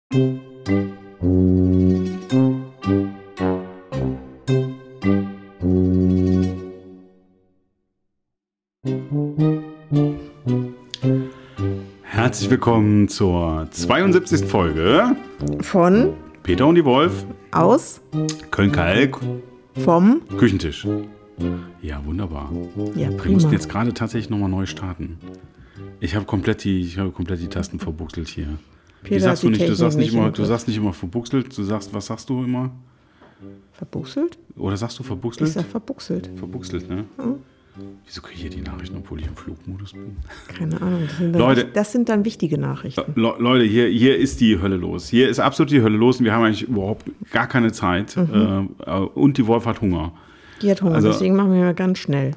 Herzlich willkommen zur 72. Folge von Peter und die Wolf aus Köln-Kalk vom Küchentisch. Ja, wunderbar. Ja, Wir prima. mussten jetzt gerade tatsächlich nochmal neu starten. Ich habe komplett die Tasten verbuchselt hier. Peter Wie sagst hat du die nicht? Du sagst Technik nicht nicht immer, im du sagst nicht immer verbuchselt. Du sagst, was sagst du immer? Verbuchselt? Oder sagst du Ich verbuchselt? sag verbuchselt. Verbuchselt, ne? Wieso kriege ich hier die Nachrichten, obwohl ich im Flugmodus bin? Keine Ahnung. Leute. Das sind dann wichtige Nachrichten. Leute, hier ist die Hölle los. Hier ist absolut die Hölle los und wir haben eigentlich überhaupt gar keine Zeit. Und die Wolf hat Hunger. Die hat Hunger, Also- deswegen machen wir mal ganz schnell.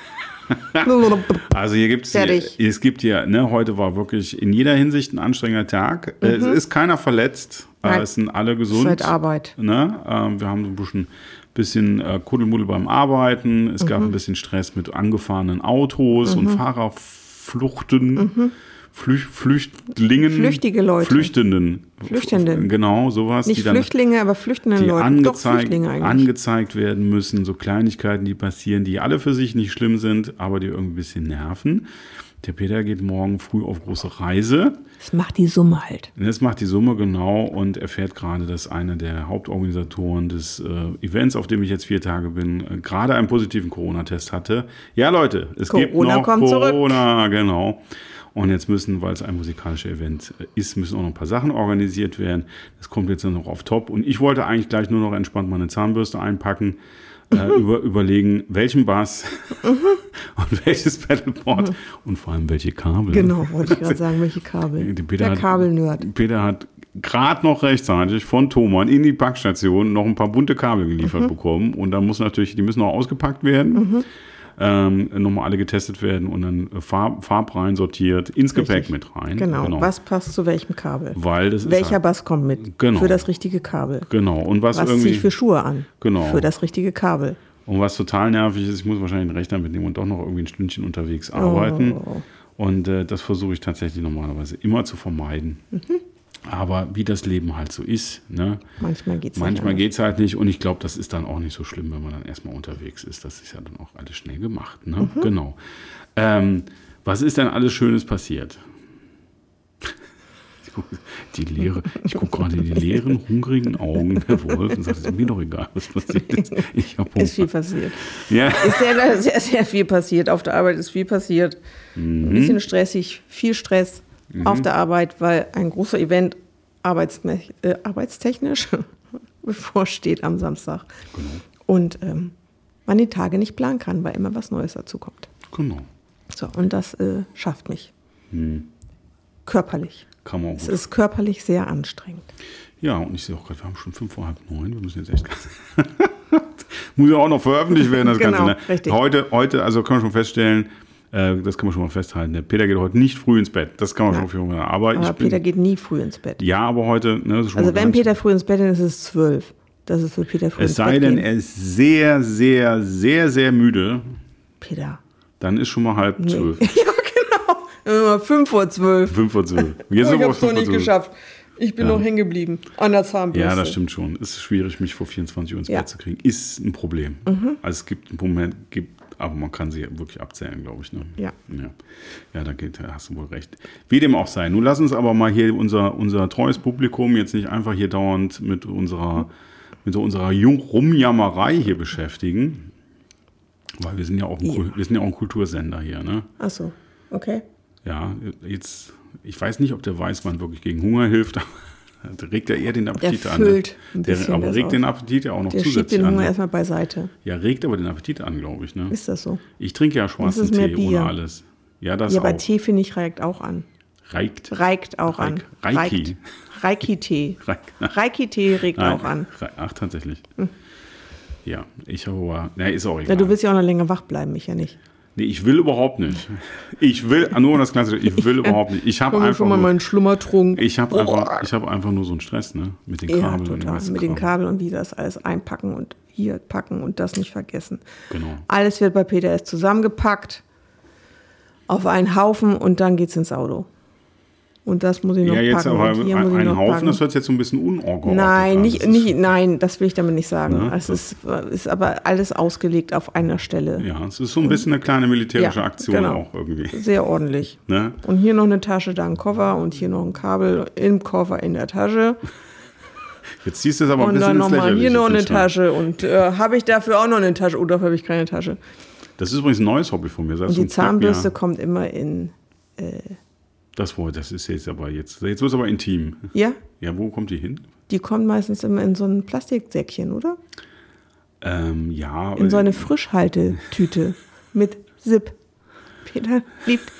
Also hier gibt's Fertig. es gibt hier, ne, heute war wirklich in jeder Hinsicht ein anstrengender Tag. Es ist keiner verletzt, Nein. es sind alle gesund. Es ist halt Arbeit. Ne? Wir haben so ein bisschen Kuddelmuddel beim Arbeiten. Es gab ein bisschen Stress mit angefahrenen Autos und Fahrerfluchten. Flüchtlingen. Flüchtige Leute. Flüchtenden. Flüchtenden. Genau, sowas. Nicht die dann, Flüchtlinge, aber flüchtende die Leute. Doch, Flüchtlinge eigentlich. angezeigt werden müssen, so Kleinigkeiten, die passieren, die alle für sich nicht schlimm sind, aber die irgendwie ein bisschen nerven. Der Peter geht morgen früh auf große Reise. Das macht die Summe halt. Das macht die Summe genau und erfährt gerade, dass einer der Hauptorganisatoren des Events, auf dem ich jetzt 4 Tage bin, gerade einen positiven Corona-Test hatte. Ja, Leute, es gibt noch kommt Corona, genau. Und jetzt müssen, weil es ein musikalisches Event ist, müssen auch noch ein paar Sachen organisiert werden. Das kommt jetzt noch auf top. Und ich wollte eigentlich gleich nur noch entspannt meine Zahnbürste einpacken, überlegen, welchen Bass und welches Pedalboard und vor allem welche Kabel. Genau, wollte ich gerade sagen, welche Kabel. Der Kabelnerd. Peter hat gerade noch rechtzeitig von Thomann in die Packstation noch ein paar bunte Kabel geliefert bekommen. Und dann muss natürlich, die müssen auch ausgepackt werden. Nochmal alle getestet werden und dann farbrein sortiert ins Gepäck mit rein. Genau. Was passt zu welchem Kabel? Weil das Welcher ist halt, Bass kommt mit Genau. für das richtige Kabel? genau. Und was Was irgendwie ziehe ich für Schuhe an? Genau. Für das richtige Kabel. und was total nervig ist, ich muss wahrscheinlich einen Rechner mitnehmen und doch noch irgendwie ein Stündchen unterwegs arbeiten. Und das versuche ich tatsächlich normalerweise immer zu vermeiden. Aber wie das Leben halt so ist, ne? Manchmal geht's halt nicht und ich glaube, das ist dann auch nicht so schlimm, wenn man dann erstmal unterwegs ist. Das ist ja dann auch alles schnell gemacht, ne? Genau. Was ist denn alles Schönes passiert? Ich gucke gerade in die leeren, hungrigen Augen der Wolf und sage, es ist mir doch egal, was passiert ist. Ich habe Hunger. Ist viel passiert. Ja. Ist sehr, sehr, sehr viel passiert. Auf der Arbeit ist viel passiert. Ein bisschen stressig, viel Stress auf der Arbeit, weil ein großer Event arbeitstechnisch bevorsteht am Samstag. Genau. Und man die Tage nicht planen kann, weil immer was Neues dazu kommt. Genau. So, und das schafft mich. Körperlich. Kann man auch Es gut. ist körperlich sehr anstrengend. Ja, und ich sehe auch gerade, wir haben schon 8:45. Wir müssen jetzt echt muss ja auch noch veröffentlicht werden, das Genau, Ganze. Ne? richtig. Heute, also kann man schon feststellen, das kann man schon mal festhalten, der Peter geht heute nicht früh ins Bett. Das kann man Ja. schon mal aber Peter geht nie früh ins Bett. Ja, aber heute, ne, das ist schon Also mal wenn ganz- Peter früh ins Bett ist, ist es 12. Das ist für Peter früh es ins Bett sei denn, gehen. er ist sehr, sehr, sehr, sehr müde, Peter. dann ist schon mal 11:30. Ja, genau. 5:12. 5:12. Jetzt Ich aber hab's noch nicht 5:12. geschafft. Ich bin noch hängen geblieben an der Zahnbürste. Ja, das stimmt schon. Es ist schwierig, mich vor 24 Uhr ins Ja. Bett zu kriegen. Ist ein Problem. Also es gibt einen Moment, aber man kann sie wirklich abzählen, glaube ich. Ne? Ja. Ja, da hast du wohl recht. Wie dem auch sei. Nun lass uns aber mal hier unser treues Publikum jetzt nicht einfach hier dauernd mit unserer Rumjammerei hier beschäftigen. Weil wir sind ja auch ein Kultursender hier, ne? Ach so, okay. Ja, jetzt, ich weiß nicht, ob der Weißwein wirklich gegen Hunger hilft, aber regt er eher den Appetit Der an. füllt ein bisschen aber das regt auf. den Appetit ja auch noch Der schiebt zusätzlich den an. Hunger Ne? erstmal beiseite. Ja, regt aber den Appetit an, glaube ich. Ne? Ist das so? Ich trinke ja schwarzen Das ist mehr Tee Bier. ohne alles. Ja, das Ja, auch. aber Tee, finde ich, reicht auch an. Reicht auch an. Reiki. Reiki-Tee. Reiki-Tee regt auch an. Ach, tatsächlich. Ja, ich habe aber, ist auch egal. Ja, du willst ja auch noch länger wach bleiben, ich ja nicht. Nee, ich will überhaupt nicht. Ich will, nur um das Klasse, ich will überhaupt nicht. Ich habe Komm, einfach schon mal nur, meinen Schlummertrunk. ich habe einfach nur so einen Stress, ne? Mit den Ja, Kabeln. und dem total. ganzen Mit den Kram. Kabeln und wie das alles einpacken und hier packen und das nicht vergessen. Genau. Alles wird bei Peter erst zusammengepackt auf einen Haufen und dann geht's ins Auto. Und das muss ich noch Ja, jetzt packen. aber Und hier muss ich ein noch Haufen, packen. das hört sich jetzt so ein bisschen unorganisch Nein, an. nein, das will ich damit nicht sagen. Ne, Es ist aber alles ausgelegt auf einer Stelle. Ja, es ist so ein bisschen eine kleine militärische Ja, Aktion genau. auch irgendwie. Sehr ordentlich. Ne? Und hier noch eine Tasche, da ein Koffer und hier noch ein Kabel im Koffer in der Tasche. Jetzt ziehst du es aber ein Und bisschen dann ins nochmal hier Lächerliche, noch eine finde ich. Tasche. Und habe ich dafür auch noch eine Tasche? Oder habe ich keine Tasche? Das ist übrigens ein neues Hobby von mir. Und die Zahnbürste kommt immer in... Das ist jetzt aber jetzt wird es aber intim. Ja, Ja, wo kommt die hin? die kommt meistens immer in so ein Plastiksäckchen, oder? Ja. In so eine Frischhaltetüte mit Zip. Peter liebt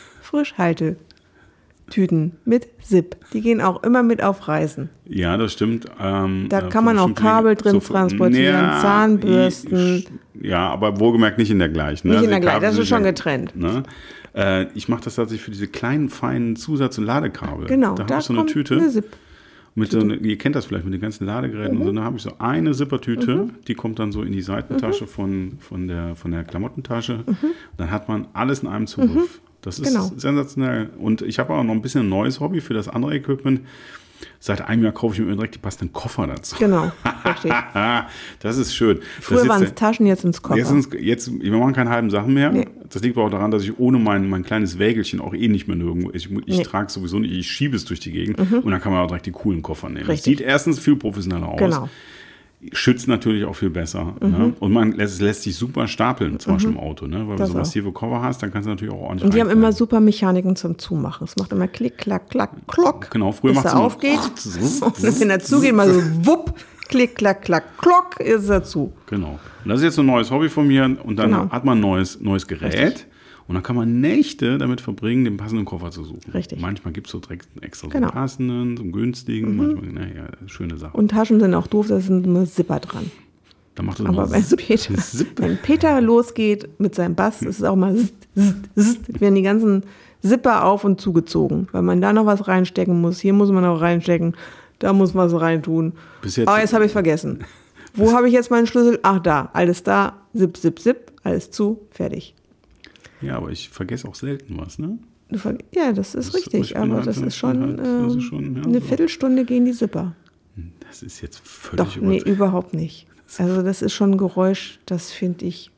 Frischhaltetüten mit Zip. Die gehen auch immer mit auf Reisen. Ja, das stimmt. Da kann man auch Kabel drin transportieren, Zahnbürsten. Ja, aber wohlgemerkt nicht in der gleichen. Ne? Nicht in der Die gleichen, Kabel das ist sind schon ja- getrennt. Ne? Ich mache das tatsächlich für diese kleinen, feinen Zusatz- und Ladekabel. Genau, Da da habe ich so eine kommt Tüte. eine Zip. Mit so ihr kennt das vielleicht mit den ganzen Ladegeräten und so, da habe ich so eine Zippertüte, die kommt dann so in die Seitentasche von der Klamottentasche. Dann hat man alles in einem Zugriff. Das ist Genau. sensationell. Und ich habe auch noch ein bisschen ein neues Hobby für das andere Equipment. Seit einem Jahr kaufe ich mir direkt die passenden Koffer dazu. Genau, richtig. Das ist schön. Früher waren es Taschen, jetzt ins Koffer. Jetzt, wir machen keine halben Sachen mehr. Nee. Das liegt aber auch daran, dass ich ohne mein kleines Wägelchen auch nicht mehr nirgendwo. Ich Nee. trage es sowieso nicht, ich schiebe es durch die Gegend und dann kann man auch direkt die coolen Koffer nehmen. Das Richtig. sieht erstens viel professioneller aus. Genau. Schützt natürlich auch viel besser. Ne? Und es lässt sich super stapeln, zum Beispiel im Auto. Ne? Weil wenn Das du so auch. massive Koffer hast, dann kannst du natürlich auch ordentlich Und die haben einkleiden. immer super Mechaniken zum Zumachen. Es macht immer Klick, Klack, Klack, Klock. Genau, früher bis macht's er immer aufgeht. Und wenn er zugeht, mal so wupp, Klick, Klack, Klack, Klock, ist er zu. Genau. Und das ist jetzt ein neues Hobby von mir. Und dann Genau. hat man ein neues Gerät. Richtig. Und dann kann man Nächte damit verbringen, den passenden Koffer zu suchen. Richtig. Manchmal gibt es so direkt extra so Genau. einen passenden, so einen günstigen. Manchmal, naja, schöne Sache. Und Taschen sind auch doof, da sind immer Zipper dran. Dann macht es Aber immer wenn Zip. wenn Peter losgeht mit seinem Bass, ist es auch mal werden die ganzen Zipper auf und zugezogen, weil man da noch was reinstecken muss. Hier muss man noch reinstecken, da muss man was reintun. Bis jetzt- Aber jetzt habe ich vergessen. Wo habe ich jetzt meinen Schlüssel? Ach, da. Alles da. Zip, zip, zip. Alles zu. Fertig. Ja, aber ich vergesse auch selten was, ne? Ja, das ist richtig. ich bin Aber halt das so- ist schon, das ist schon, ja, eine so. Viertelstunde gehen die Zipper. Das ist jetzt völlig Doch, nee, überhaupt nicht. Also das ist schon ein Geräusch, das finde ich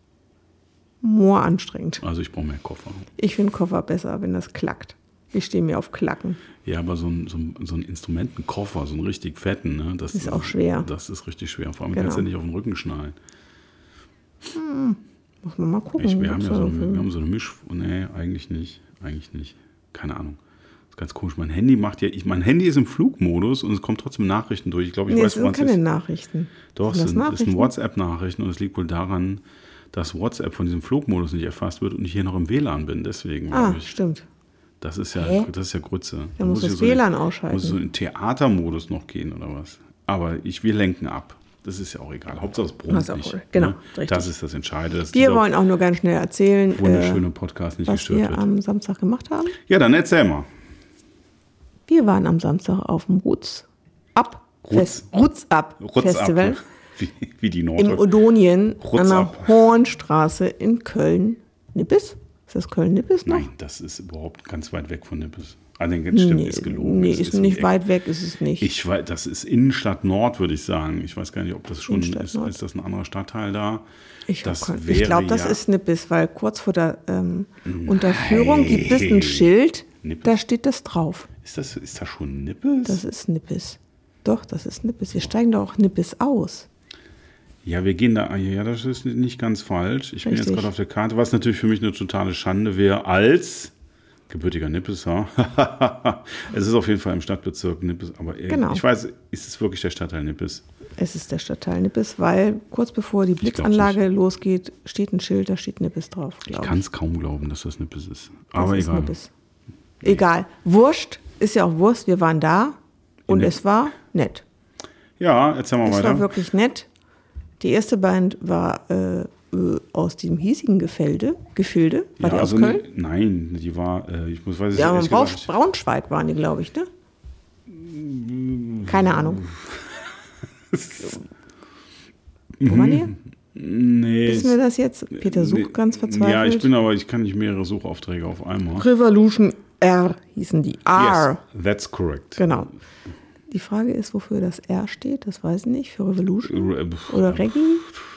anstrengend. Also ich brauche mehr Koffer. Ich finde Koffer besser, wenn das klackt. Ich stehe mir auf Klacken. Ja, aber so ein Instrumentenkoffer, so einen richtig fetten, ne? Das Ist auch schwer. Das ist richtig schwer. Vor allem Genau. kannst du ja nicht auf den Rücken schnallen. Muss man mal gucken. Wir haben was ja da so, wir haben so eine Nee, eigentlich nicht. Keine Ahnung. Das ist ganz komisch. Mein Handy mein Handy ist im Flugmodus und es kommen trotzdem Nachrichten durch. Ich glaube, ich Nee, weiß, es sind woran es keine ist. Nachrichten. Doch, Sind es das sind Nachrichten? WhatsApp-Nachrichten und es liegt wohl daran, dass WhatsApp von diesem Flugmodus nicht erfasst wird und ich hier noch im WLAN bin. Deswegen, glaube ich. Stimmt. Das ist ja Hä? Grütze. Da muss ich das so in- WLAN ausschalten. Muss so in den Theatermodus noch gehen oder was. Aber wir lenken ab. Das ist ja auch egal. Hauptsache es brummt Das ist auch nicht. cool. Genau, Ne? richtig. Das ist das Entscheidende. Dass Wir dieser wollen auch nur ganz schnell erzählen, wunderschöne Podcast nicht was gestört wir wird. am Samstag gemacht haben. Ja, dann erzähl mal. Wir waren am Samstag auf dem Roots Up Festival Wie die im Norddeutschen. Odonien Rutz an der ab. Hornstraße in Köln-Nippes. Ist das Köln-Nippes noch? Nein, das ist überhaupt ganz weit weg von Nippes. Also, stimmt, ist gelogen. Nee, Es ist um nicht die weit weg, ist es nicht. Ich weiß, das ist Innenstadt Nord, würde ich sagen. Ich weiß gar nicht, ob das schon Innenstadt ist. Nord. Ist das ein anderer Stadtteil da? Ich das glaube, das ja- ist Nippes, weil kurz vor der Unterführung gibt es ein Schild, Nippes? da steht das drauf. Ist das schon Nippes? Das ist Nippes. Doch, das ist Nippes. Wir steigen doch auch Nippes aus. Ja, wir gehen da. Ja, das ist nicht ganz falsch. Ich bin jetzt Richtig. gerade auf der Karte, was natürlich für mich eine totale Schande wäre, als gebürtiger Nippesser. Es ist auf jeden Fall im Stadtbezirk Nippes, aber Genau. ich weiß, ist es wirklich der Stadtteil Nippes? Es ist der Stadtteil Nippes, weil kurz bevor die glaub's Blitzanlage losgeht, steht ein Schild, da steht Nippes drauf. Ich glaub kann es kaum glauben, dass das Nippes ist. Das Aber ist egal. Nippes. Egal. Wurscht, ist ja auch Wurst. Wir waren da und es war nett. Ja, erzähl mal Es weiter. war wirklich nett. Die erste Band war aus diesem hiesigen Gefilde. War die aus Köln? Nein, die war, weiß es Ja, ehrlich gesagt nicht. Braunschweig waren die, glaube ich, ne? Keine Ahnung. Wo waren die? Nee. Wissen wir das jetzt? Peter sucht ganz verzweifelt. Ja, ich kann nicht mehrere Suchaufträge auf einmal. Revolution R hießen die. R. Yes, that's correct. Genau. Die Frage ist, wofür das R steht, das weiß ich nicht. Für Revolution oder Reggae?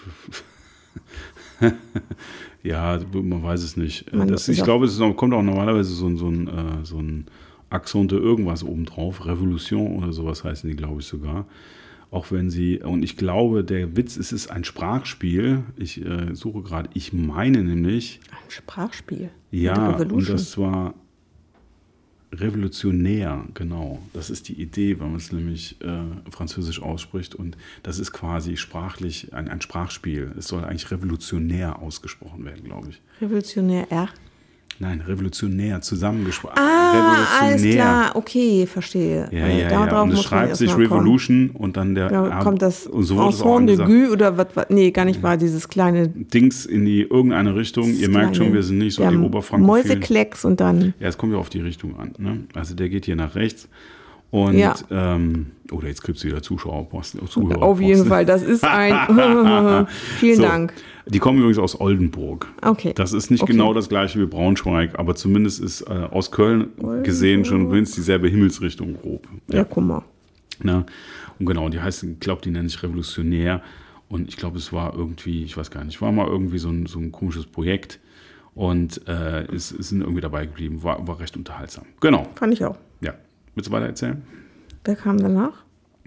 Ja, man weiß es nicht. Ich glaube, kommt auch normalerweise so ein Akzent irgendwas obendrauf. Revolution oder sowas heißen die, glaube ich, sogar. Auch wenn und ich glaube, der Witz ist, es ist ein Sprachspiel. Ich suche gerade, ich meine nämlich. Ein Sprachspiel? Ja, und das war revolutionär, genau. Das ist die Idee, wenn man es nämlich französisch ausspricht. Und das ist quasi sprachlich ein Sprachspiel. Es soll eigentlich revolutionär ausgesprochen werden, glaube ich. Revolutionär R? Nein, revolutionär zusammengesprochen. Alles klar, okay, verstehe. Ja. Und es schreibt sich Revolution und dann kommt das und so Enfant de Gue oder was? Nee, gar nicht wahr, dieses kleine Dings in irgendeine Richtung. Ihr merkt schon, wir sind nicht so die Oberfrankophilen. Mäuseklecks und dann. Ja, es kommt ja auf die Richtung an. Ne? Also der geht hier nach rechts. Und, oder jetzt kriegst du wieder Zuschauerposten. Auf jeden Fall, das ist ein. Vielen Dank. Die kommen übrigens aus Oldenburg. Okay. Das ist nicht genau das gleiche wie Braunschweig, aber zumindest ist aus Köln gesehen schon mindestens dieselbe Himmelsrichtung grob. Ja, guck mal. Na? Und genau, die heißt, ich glaube, die nennen sich Revolutionär. Und ich glaube, es war irgendwie, ich weiß gar nicht, war mal irgendwie so ein komisches Projekt. Und es sind irgendwie dabei geblieben. War recht unterhaltsam. Genau. Fand ich auch. Ja. Willst du weiter erzählen? Wer kam danach?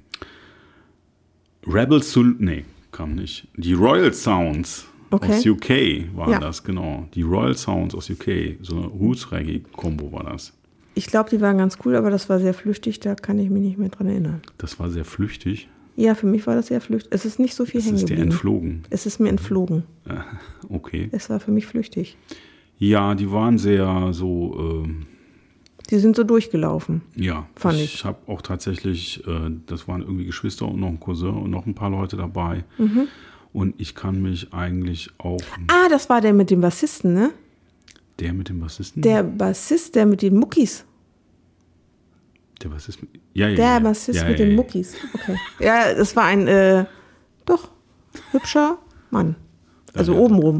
Kam nicht. Die Royal Sounds aus UK waren das, genau. Die Royal Sounds aus UK. So eine Roots-Reggae-Kombo war das. Ich glaube, die waren ganz cool, aber das war sehr flüchtig, da kann ich mich nicht mehr dran erinnern. Das war sehr flüchtig? Ja, für mich war das sehr flüchtig. Es ist nicht so viel hängen geblieben. Es ist dir entflogen? Es ist mir entflogen. Okay. Es war für mich flüchtig. Ja, die waren sehr so... Die sind so durchgelaufen. Ja, fand ich. Ich habe auch tatsächlich, das waren irgendwie Geschwister und noch ein Cousin und noch ein paar Leute dabei. Und ich kann mich eigentlich auch... das war der mit dem Bassisten, ne? Der mit dem Bassisten? Der Bassist, der mit den Muckis. Der Bassist? Der Bassist mit den Muckis. Okay. Ja, es war ein, doch, hübscher Mann. Also obenrum.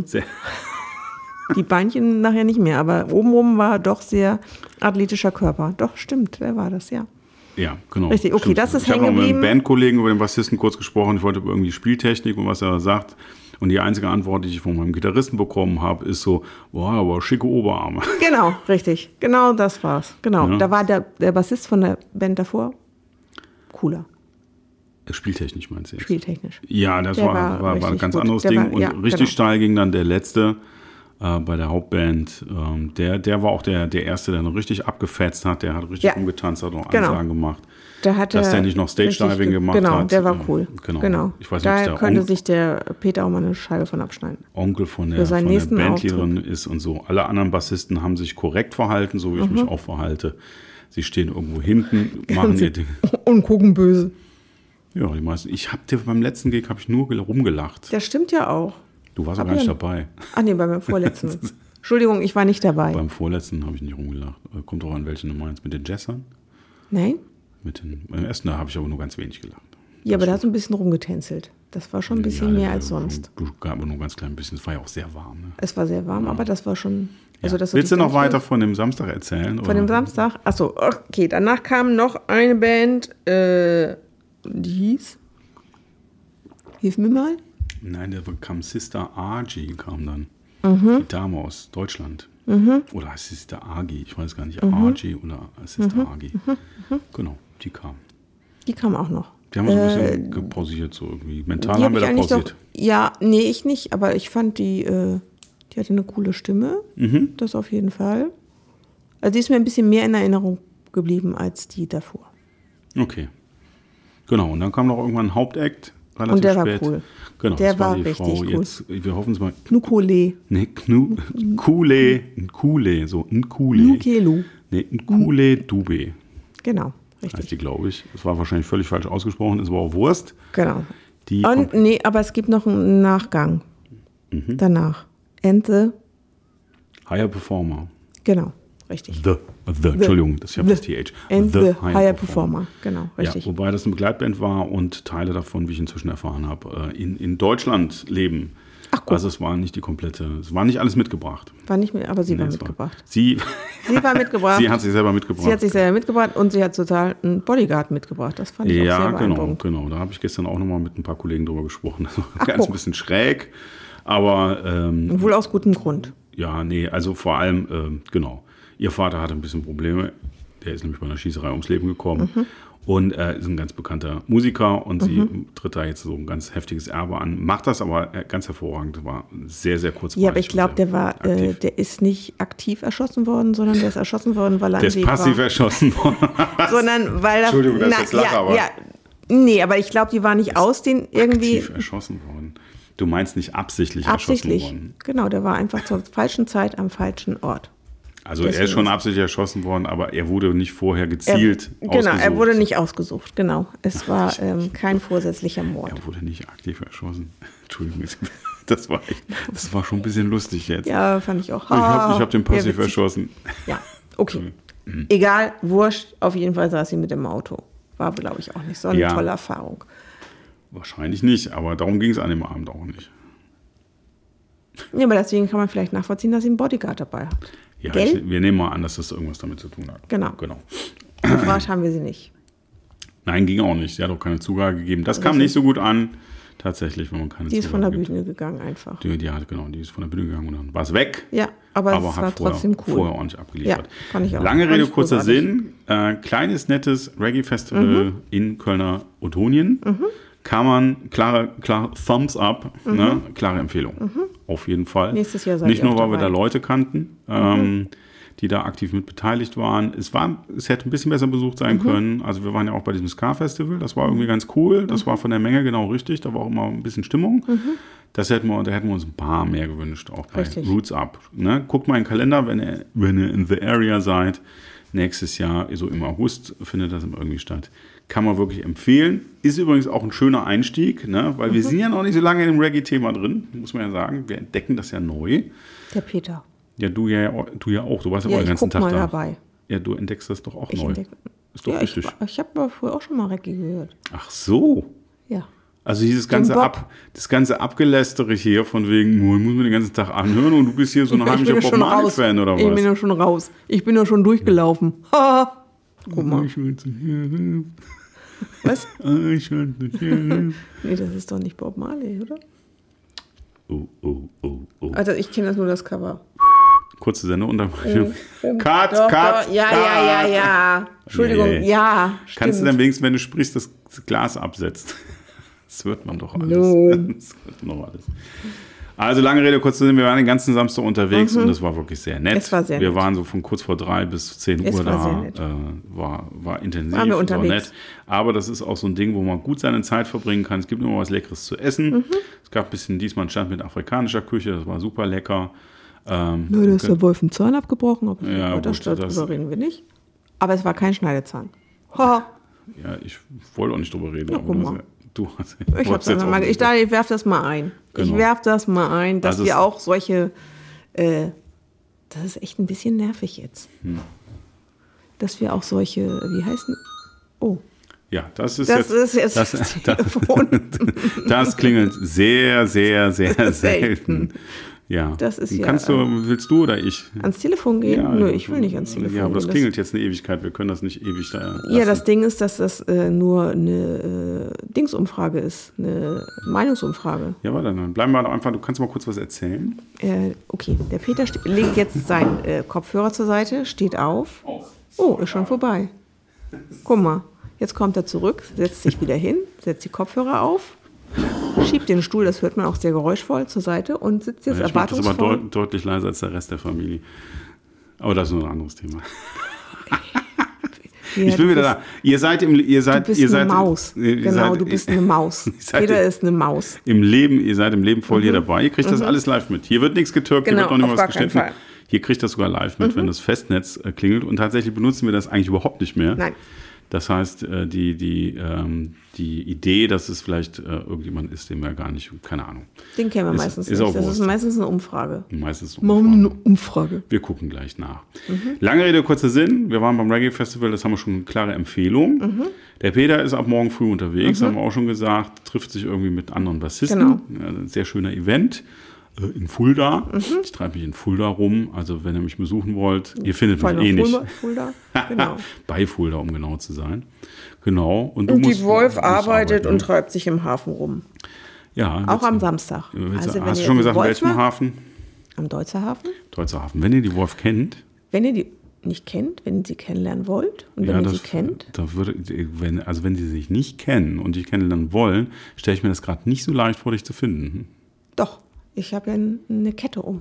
Die Beinchen nachher nicht mehr, aber obenrum war doch sehr athletischer Körper. Doch, stimmt, wer war das, ja. Ja, genau. Richtig, okay, stimmt. das ist hängen geblieben. Ich habe noch mit einem Bandkollegen über den Bassisten kurz gesprochen. Ich wollte über irgendwie Spieltechnik und was er sagt. Und die einzige Antwort, die ich von meinem Gitarristen bekommen habe, ist so, boah, aber schicke Oberarme. Genau, richtig. Genau das war's. Genau. Ja. Da war der Bassist von der Band davor cooler. Spieltechnisch meinst du jetzt? Spieltechnisch. Ja, das war ein ganz anderes Ding. Und richtig steil ging dann der letzte bei der Hauptband. Der war auch der Erste, der noch richtig abgefetzt hat. Der hat richtig rumgetanzt, hat noch Ansagen gemacht. Dass der nicht noch Stage-Diving gemacht hat. Genau, der war cool. Genau. Ich weiß nicht, da könnte sich der Peter auch mal eine Scheibe von abschneiden. Onkel von der Bandleaderin ist und so. Alle anderen Bassisten haben sich korrekt verhalten, so wie ich mich auch verhalte. Sie stehen irgendwo hinten, machen ihr Ding. Und gucken böse. Ja, die meisten. Beim letzten Gig habe ich nur rumgelacht. Das stimmt ja auch. Du warst aber gar nicht dabei. Ach nee, beim vorletzten. Entschuldigung, ich war nicht dabei. Beim vorletzten habe ich nicht rumgelacht. Kommt auch an, welche du meinst. Mit den Jazzern? Nein. Beim ersten habe ich aber nur ganz wenig gelacht. Ja, aber da hast du ein bisschen rumgetänzelt. Das war schon ein bisschen mehr als sonst. Aber nur ganz klein bisschen. Es war ja auch sehr warm. Ne? Es war sehr warm, aber das war schon... Also das Willst du noch weiter von dem Samstag erzählen? Von dem Samstag? Achso, okay. Danach kam noch eine Band, die hieß... Hilf mir mal. Nein, da kam Sister Agi, kam dann. Die Dame aus Deutschland. Oder heißt Sister Agi? Ich weiß gar nicht. Agi oder Sister Agi. Genau, die kam. Die kam auch noch. Die haben wir so ein bisschen gepausiert, so irgendwie. Mental haben wir da pausiert. Ich nicht, aber ich fand die hatte eine coole Stimme. Das auf jeden Fall. Also die ist mir ein bisschen mehr in Erinnerung geblieben als die davor. Okay. Genau, und dann kam noch irgendwann ein Hauptakt. Und der spät. War cool. Genau, der war die richtig Frau. cool. Jetzt, wir hoffen es mal. Knukole. Nee, Nkule, so Nkule. Nukelu. Nee, Nkule Dube. Genau, richtig. Heißt die, glaube ich. Das war wahrscheinlich völlig falsch ausgesprochen, ist aber auch Wurst. Genau. Aber es gibt noch einen Nachgang danach. Ente. Higher Performer. Genau, richtig. Entschuldigung, ich habe das TH. And the Higher Performer, genau, richtig. Ja, wobei das eine Begleitband war und Teile davon, wie ich inzwischen erfahren habe, in Deutschland leben. Ach, guck. Also es war nicht es war nicht alles mitgebracht. Aber sie war mitgebracht. Sie war mitgebracht. Sie hat sich selber mitgebracht. Und sie hat total einen Bodyguard mitgebracht. Das fand ich auch sehr beeindruckend. Genau. Da habe ich gestern auch nochmal mit ein paar Kollegen drüber gesprochen. Ein bisschen schräg, aber... wohl aus gutem Grund. Ja, nee, also vor allem, genau. Ihr Vater hatte ein bisschen Probleme. Der ist nämlich bei einer Schießerei ums Leben gekommen. Und ist ein ganz bekannter Musiker und sie tritt da jetzt so ein ganz heftiges Erbe an. Macht das aber ganz hervorragend. War sehr, sehr kurzweilig. Ja, aber ich glaube, der ist nicht aktiv erschossen worden, sondern der ist erschossen worden, weil er der ist passiv erschossen worden. Sondern weil er... Entschuldigung, das ist jetzt Lache, aber... Ja, nee, aber ich glaube, die war nicht aus den irgendwie... Aktiv erschossen worden. Du meinst nicht absichtlich erschossen worden? Genau, der war einfach zur falschen Zeit am falschen Ort. Also deswegen. Er ist schon absichtlich erschossen worden, aber er wurde nicht vorher gezielt ausgesucht. Genau, er wurde nicht ausgesucht, genau. Es war kein vorsätzlicher Mord. Er wurde nicht aktiv erschossen. Entschuldigung, das war schon ein bisschen lustig jetzt. Ja, fand ich auch. Ich hab den passiv erschossen. Ja, okay. Egal, wurscht, auf jeden Fall saß sie mit dem Auto. War, glaube ich, auch nicht so eine tolle Erfahrung. Wahrscheinlich nicht, aber darum ging es an dem Abend auch nicht. Ja, aber deswegen kann man vielleicht nachvollziehen, dass sie einen Bodyguard dabei hat. Ja, wir nehmen mal an, dass das irgendwas damit zu tun hat. Genau. Gefragt haben wir sie nicht. Nein, ging auch nicht. Sie hat auch keine Zugabe gegeben. Das kam nicht so gut an, tatsächlich, wenn man keine Zugabe gibt. Die ist von der Bühne gegangen einfach. Die ist von der Bühne gegangen und dann war es weg. Ja, aber es war trotzdem cool. Vorher ordentlich abgeliefert. Ja, fand ich auch. Lange Rede, kurzer Sinn. Kleines, nettes Reggae-Festival in Kölner Ottonien. Kann man, klare Thumbs up, ne? Klare Empfehlung. Auf jeden Fall. Nächstes Jahr seid Nicht ihr nur, auch weil wir dabei. da Leute kannten, die da aktiv mit beteiligt waren. Es hätte ein bisschen besser besucht sein können. Also wir waren ja auch bei diesem Ska-Festival. Das war irgendwie ganz cool. Das war von der Menge genau richtig. Da war auch immer ein bisschen Stimmung. Da hätten wir uns ein paar mehr gewünscht, auch bei Roots Up. Ne? Guckt mal in den Kalender, wenn ihr in the area seid. Nächstes Jahr, so im August, findet das irgendwie statt. Kann man wirklich empfehlen. Ist übrigens auch ein schöner Einstieg, ne? Weil wir sind ja noch nicht so lange in dem Reggae-Thema drin, muss man ja sagen. Wir entdecken das ja neu. Der Peter. Ja, du ja auch. Du warst ja auch den ganzen Tag da. Dabei. Ja, du entdeckst das doch auch neu. Ist doch richtig. Ich habe aber früher auch schon mal Reggae gehört. Ach so. Ja. Also das ganze Abgelästere hier von wegen, muss man den ganzen Tag anhören und du bist hier so ein heimlicher Bob Marley-Fan oder was? Ich bin ja schon raus. Ich bin ja schon durchgelaufen. Ha! Guck mal. Was? Nee, das ist doch nicht Bob Marley, oder? Oh. Also ich kenne das nur das Cover. Kurze Sendeunterbrechung. Cut. Ja. Entschuldigung, ja. Kannst du dann wenigstens, wenn du sprichst, das Glas absetzen? Das hört man doch alles. No. Das hört man doch alles. Also lange Rede, kurz zu sehen, wir waren den ganzen Samstag unterwegs und das war wirklich sehr nett. Es war sehr wir nett. waren so von kurz vor 3 bis 10 Uhr da. Sehr nett. War intensiv, waren wir unterwegs. war nett. Aber das ist auch so ein Ding, wo man gut seine Zeit verbringen kann. Es gibt immer was Leckeres zu essen. Es gab ein bisschen diesmal einen Stand mit afrikanischer Küche, das war super lecker. Da ist der Wolf einen Zahn abgebrochen, aber darüber reden wir nicht. Aber es war kein Schneidezahn. Ja, ich wollte auch nicht drüber reden. Ja, aber ich werfe das mal ein. Genau. Ich werfe das mal ein, dass also wir auch solche... das ist echt ein bisschen nervig jetzt. Dass wir auch solche... Wie heißen... Oh. Ja, das ist jetzt das Telefon. Das klingelt sehr, sehr, sehr selten. Ja. Das ist willst du oder ich? Ans Telefon gehen? Ja, Nö, ich will nicht ans Telefon gehen. Ja, aber das klingelt jetzt eine Ewigkeit. Wir können das nicht ewig da lassen. Ja, das Ding ist, dass das nur eine Dingsumfrage ist, eine Meinungsumfrage. Ja, warte, dann bleiben wir doch einfach. Du kannst mal kurz was erzählen. Okay, der Peter legt jetzt seinen Kopfhörer zur Seite, steht auf. Oh, ist schon vorbei. Guck mal, jetzt kommt er zurück, setzt sich wieder hin, setzt die Kopfhörer auf. Schiebt den Stuhl, das hört man auch sehr geräuschvoll, zur Seite und sitzt jetzt erwartungsvoll. Das ist aber deutlich leiser als der Rest der Familie. Aber das ist nur ein anderes Thema. Ich bin wieder da. Du bist eine Maus. Genau, du bist eine Maus. Jeder ist eine Maus. Ihr seid im Leben voll hier dabei. Ihr kriegt das alles live mit. Hier wird nichts getürkt, hier wird noch nicht was geschnitten. Hier kriegt das sogar live mit, wenn das Festnetz klingelt. Und tatsächlich benutzen wir das eigentlich überhaupt nicht mehr. Nein. Das heißt, die Idee, dass es vielleicht irgendjemand ist, den wir gar nicht, keine Ahnung. Den kennen wir meistens nicht. Das ist meistens eine Umfrage. Machen eine Umfrage. Wir gucken gleich nach. Lange Rede, kurzer Sinn. Wir waren beim Reggae Festival, das haben wir schon eine klare Empfehlung. Der Peter ist ab morgen früh unterwegs, haben wir auch schon gesagt, trifft sich irgendwie mit anderen Bassisten. Genau. Ja, ein sehr schöner Event. In Fulda. Ich treibe mich in Fulda rum. Also wenn ihr mich besuchen wollt, ihr findet mich nicht. Fulda? Genau. Bei Fulda, um genau zu sein. Genau. Und die Wolf arbeitet und treibt sich im Hafen rum. Ja. Auch am Samstag. Also hast du schon gesagt, in welchem Hafen? Am Deutzer Hafen. Deutzer Hafen. Wenn ihr die Wolf kennt. Wenn ihr die nicht kennt, wenn ihr sie kennenlernen wollt und wenn ihr sie kennt. Wenn sie sich nicht kennen und dich kennenlernen wollen, stelle ich mir das gerade nicht so leicht vor, dich zu finden. Doch. Ich habe ja eine Kette um.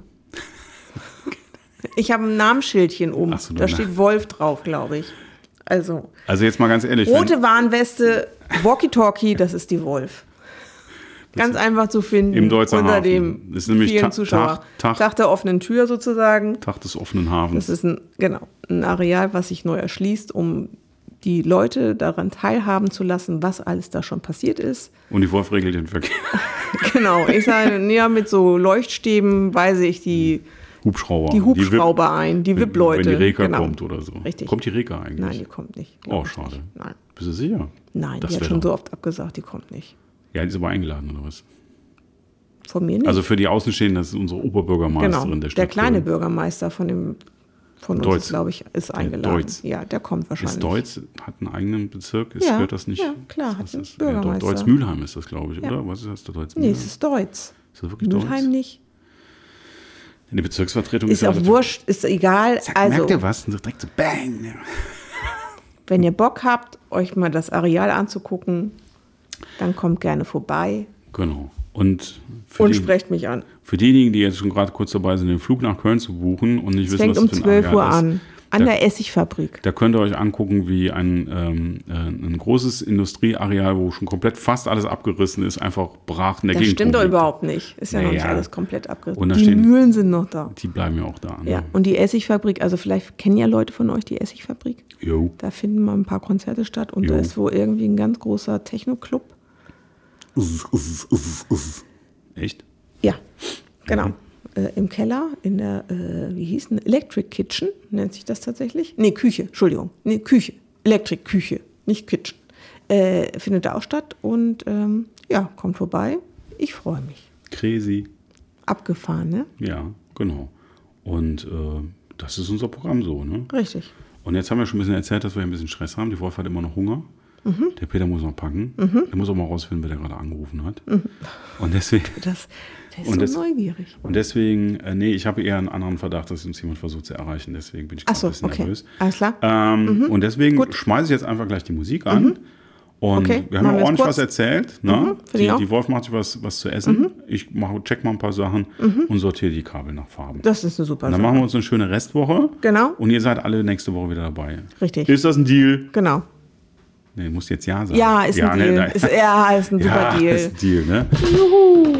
Ich habe ein Namensschildchen um. So, da steht Wolf drauf, glaube ich. Also jetzt mal ganz ehrlich. Rote Warnweste, Walkie-Talkie, das ist die Wolf. Ganz einfach zu finden. Im Deutzer unter Hafen. Dem das ist nämlich vielen Zuschauer. Tag der offenen Tür sozusagen. Tag des offenen Hafens. Das ist ein Areal, was sich neu erschließt, um die Leute daran teilhaben zu lassen, was alles da schon passiert ist. Und die Wolf regelt den Verkehr. Genau, ich sage, mit so Leuchtstäben weise ich die Hubschrauber ein, die VIP-Leute. Wenn die Reka kommt oder so. Richtig. Kommt die Reka eigentlich? Nein, die kommt nicht. Oh, schade. Nicht. Nein. Bist du sicher? Nein, die hat schon so oft abgesagt, die kommt nicht. Ja, die ist aber eingeladen, oder was? Von mir nicht. Also für die Außenstehenden, das ist unsere Oberbürgermeisterin der Stadt. Der kleine Bürgermeister von uns, glaube ich, ist eingeladen. Deutz. Ja, der kommt wahrscheinlich. Ist Deutz, hat einen eigenen Bezirk, gehört das nicht? Ja, klar, hat einen Bürgermeister. Deutz-Mülheim ist das, glaube ich, oder? Was ist das, der Deutz-Mülheim? Nee, es ist Deutz. Ist das wirklich Mülheim Deutz? Nicht. In der Bezirksvertretung ist auch wurscht, ist egal. Merkt ihr was? Und so direkt so bang. Wenn ihr Bock habt, euch mal das Areal anzugucken, dann kommt gerne vorbei. Genau. Und sprecht mich an. Für diejenigen, die jetzt schon gerade kurz dabei sind, den Flug nach Köln zu buchen und nicht wissen, was das für ein fängt um 12 Uhr Areal an. An der Essigfabrik. Da könnt ihr euch angucken, wie ein großes Industrieareal, wo schon komplett fast alles abgerissen ist, einfach brach in der Gegend. Das stimmt doch überhaupt nicht. Ist ja noch nicht alles komplett abgerissen. Und die Mühlen sind noch da. Die bleiben ja auch da. Ne? Ja, und die Essigfabrik, also vielleicht kennen ja Leute von euch die Essigfabrik. Jo. Da finden mal ein paar Konzerte statt und da ist wohl irgendwie ein ganz großer Techno-Club. Echt? Ja, genau. Im Keller, in der, Electric Kitchen, nennt sich das tatsächlich? Nee, Küche, Entschuldigung. Nee, Küche. Electric Küche, nicht Kitchen. Findet da auch statt und kommt vorbei. Ich freue mich. Crazy. Abgefahren, ne? Ja, genau. Und das ist unser Programm so, ne? Richtig. Und jetzt haben wir schon ein bisschen erzählt, dass wir ein bisschen Stress haben. Die Wolf hat immer noch Hunger. Der Peter muss noch packen. Der muss auch mal rausfinden, wer der gerade angerufen hat. Und deswegen... Der ist so neugierig. Und deswegen, ich habe eher einen anderen Verdacht, dass uns jemand versucht zu erreichen. Deswegen bin ich ein bisschen nervös. Alles klar. Und deswegen schmeiße ich jetzt einfach gleich die Musik an. Und wir haben ja ordentlich was erzählt. Ne? Die Wolf macht sich was zu essen. Ich check mal ein paar Sachen und sortiere die Kabel nach Farben. Das ist eine super Sache. Und dann machen wir uns eine schöne Restwoche. Genau. Und ihr seid alle nächste Woche wieder dabei. Richtig. Ist das ein Deal? Genau. Nee, du musst jetzt Ja sagen. Ja, ist ein Deal. Ist ein super Deal. Ist ein Deal, ne? Juhu.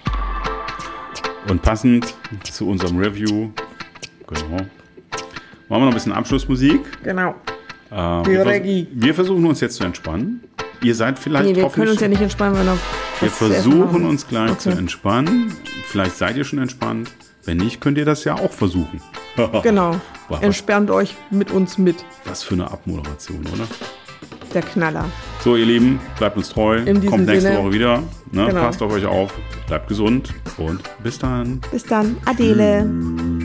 Und passend zu unserem Review, genau, machen wir noch ein bisschen Abschlussmusik. Genau. Wir versuchen uns jetzt zu entspannen. Ihr seid vielleicht wir können uns ja nicht entspannen, weil noch wir versuchen uns gleich zu entspannen. Vielleicht seid ihr schon entspannt. Wenn nicht, könnt ihr das ja auch versuchen. Genau. Entspannt euch mit uns mit. Was für eine Abmoderation, oder? Der Knaller. So, ihr Lieben, bleibt uns treu. Kommt nächste Woche wieder. Ne? Genau. Passt auf euch auf. Bleibt gesund und bis dann. Bis dann. Adele.